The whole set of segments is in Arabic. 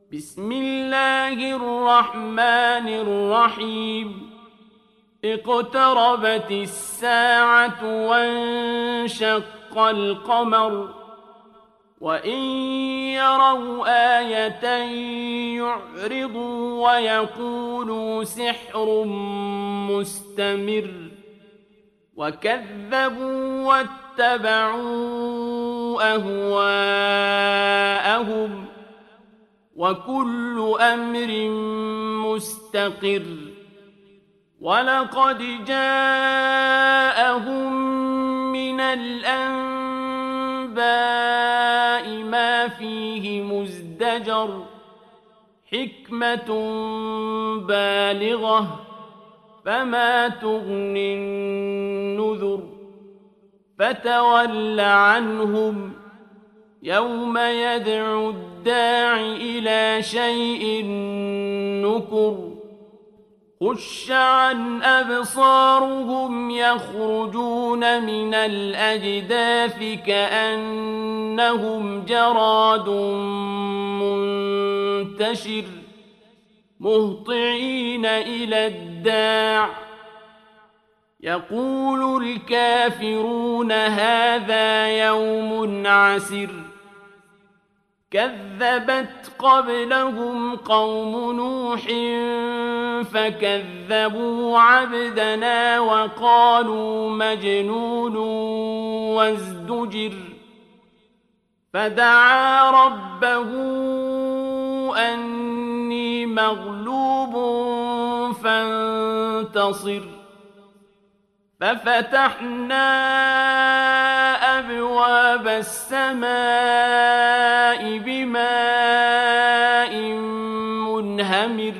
بسم الله الرحمن الرحيم اقتربت الساعة وانشق القمر وإن يروا آية يعرضوا ويقولوا سحر مستمر وكذبوا واتبعوا أهواءهم وكل أمر مستقر ولقد جاءهم من الأنباء ما فيه مزدجر حكمة بالغة فما تغني النذر فتول عنهم يوم يدعو الداع إلى شيء نكر خش عن أبصارهم يخرجون من الأجداث كأنهم جراد منتشر مهطعين إلى الداع يقول الكافرون هذا يوم عسر كذبت قبلهم قوم نوح فكذبوا عبدنا وقالوا مجنون وازدجر فدعا ربه أني مغلوب فانتصر ففتحنا أبواب السماء بماء منهمر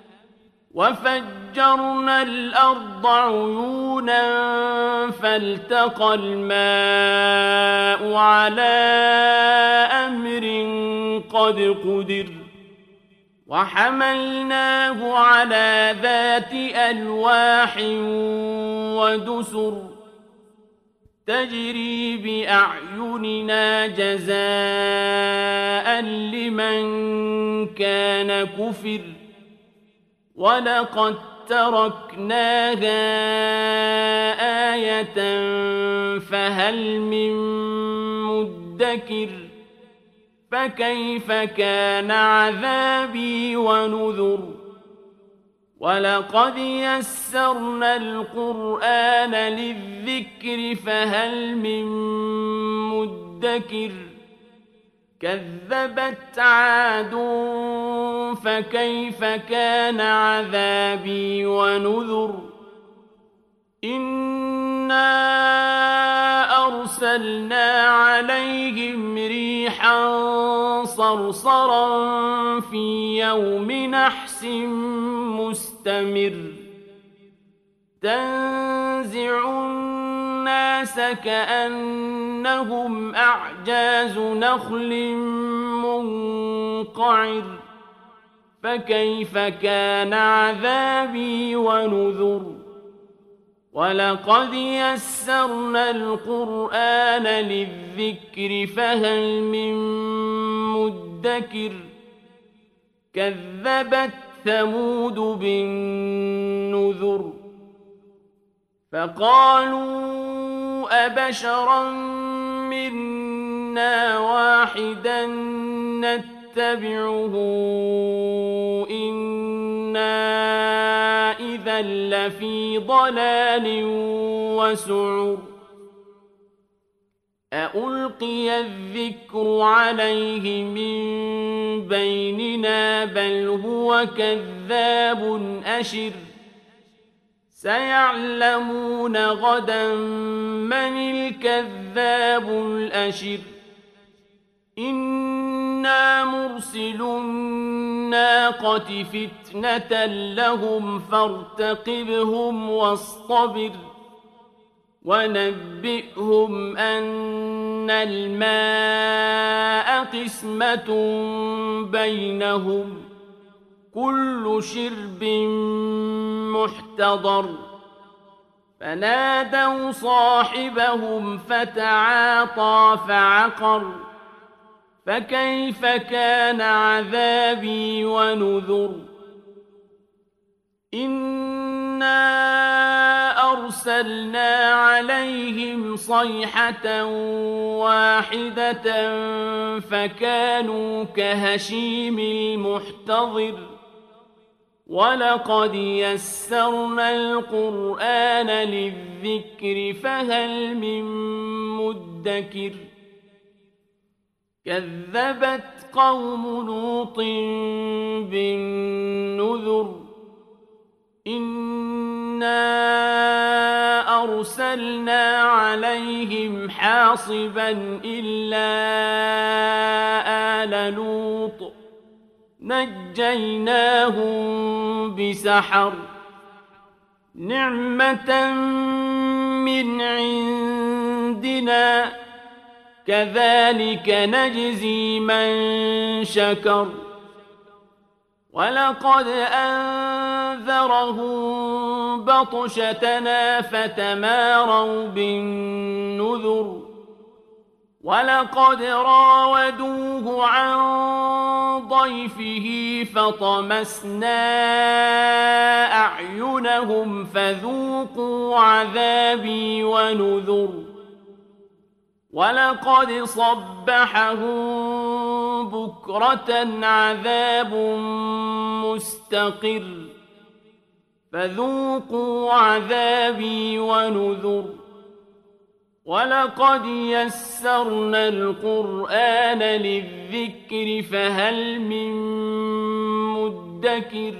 وفجرنا الأرض عيونا فالتقى الماء على أمر قد قدر وحملناه على ذات ألواح ودسر تجري بأعيننا جزاء لمن كان كفر ولقد تركناها آية فهل من مدكر فكيف كان عذابي ونذر ولقد يسرنا القرآن للذكر فهل من مدكر كذبت عاد فكيف كان عذابي ونذر إنا أرسلنا عليهم ريحا صرصرا في يوم نحس مستمر تنزع الناس كأنهم أعجاز نخل منقعر فكيف كان عذابي ونذر ولقد يسرنا القرآن للذكر فهل من مدكر كذبت ثمود بالنذر فقالوا أبشرا منا واحدا نتبعه إنا إذا لفي ضلال وسعر أألقي الذكر عليه من بيننا بل هو كذاب أشر سيعلمون غدا من الكذاب الأشر إنا مرسل الناقة فتنة لهم فارتقبهم واصطبر ونبئهم أن الماء قسمة بينهم كل شرب محتضر فنادوا صاحبهم فتعاطى فعقر فكيف كان عذابي ونذر إنا أرسلنا عليهم صيحة واحدة فكانوا كهشيم المحتضر ولقد يسرنا القرآن للذكر فهل من مدكر كذبت قوم لوط بالنذر إنا أرسلنا عليهم حاصبا إلا آل لوط نجيناهم بسحر نعمة من عندنا كذلك نجزي من شكر ولقد أنذرهم بطشتنا فتماروا بالنذر ولقد راودوه عن ضيفه فطمسنا أعينهم فذوقوا عذابي ونذر ولقد صبحهم بكرة عذاب مستقر فذوقوا عذابي ونذر ولقد يسرنا القرآن للذكر فهل من مدكر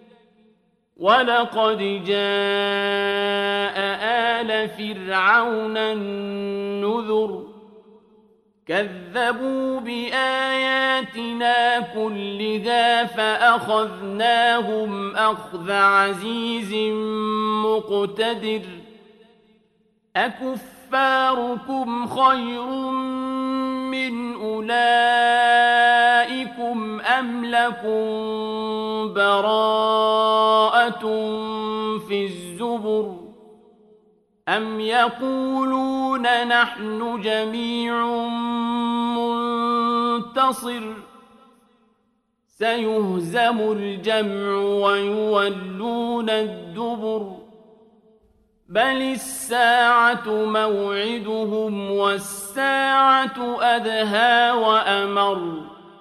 ولقد جاء آل فرعون النذر كذبوا بآياتنا كلها فأخذناهم أخذ عزيز مقتدر أكفاركم خير من أولئكم أم لكم براءة في الزبر أم يقولون نحن جميع منتصر سيهزم الجمع ويولون الدبر بل الساعة موعدهم والساعة أدهى وأمر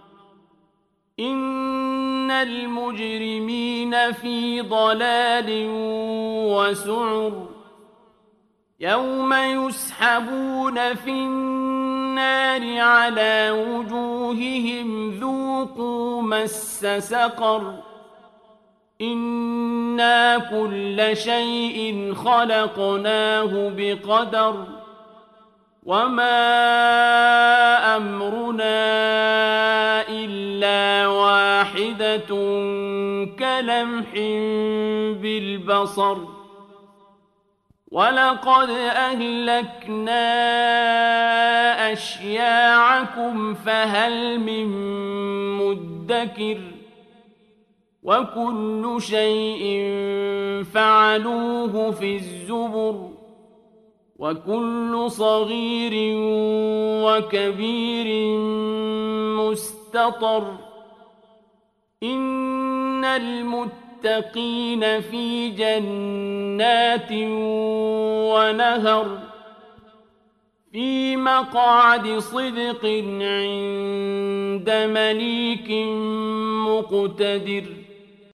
إن المجرمين في ضلال وسعر يوم يسحبون في النار على وجوههم ذوقوا مس سقر إنا كل شيء خلقناه بقدر وما أمرنا إلا واحدة كلمح بالبصر ولقد أهلكنا أشياعكم فهل من مدكر وكل شيء فعلوه في الزبر وكل صغير وكبير مستطر إن المتقين في جنات ونهر في مقعد صدق عند مليك مقتدر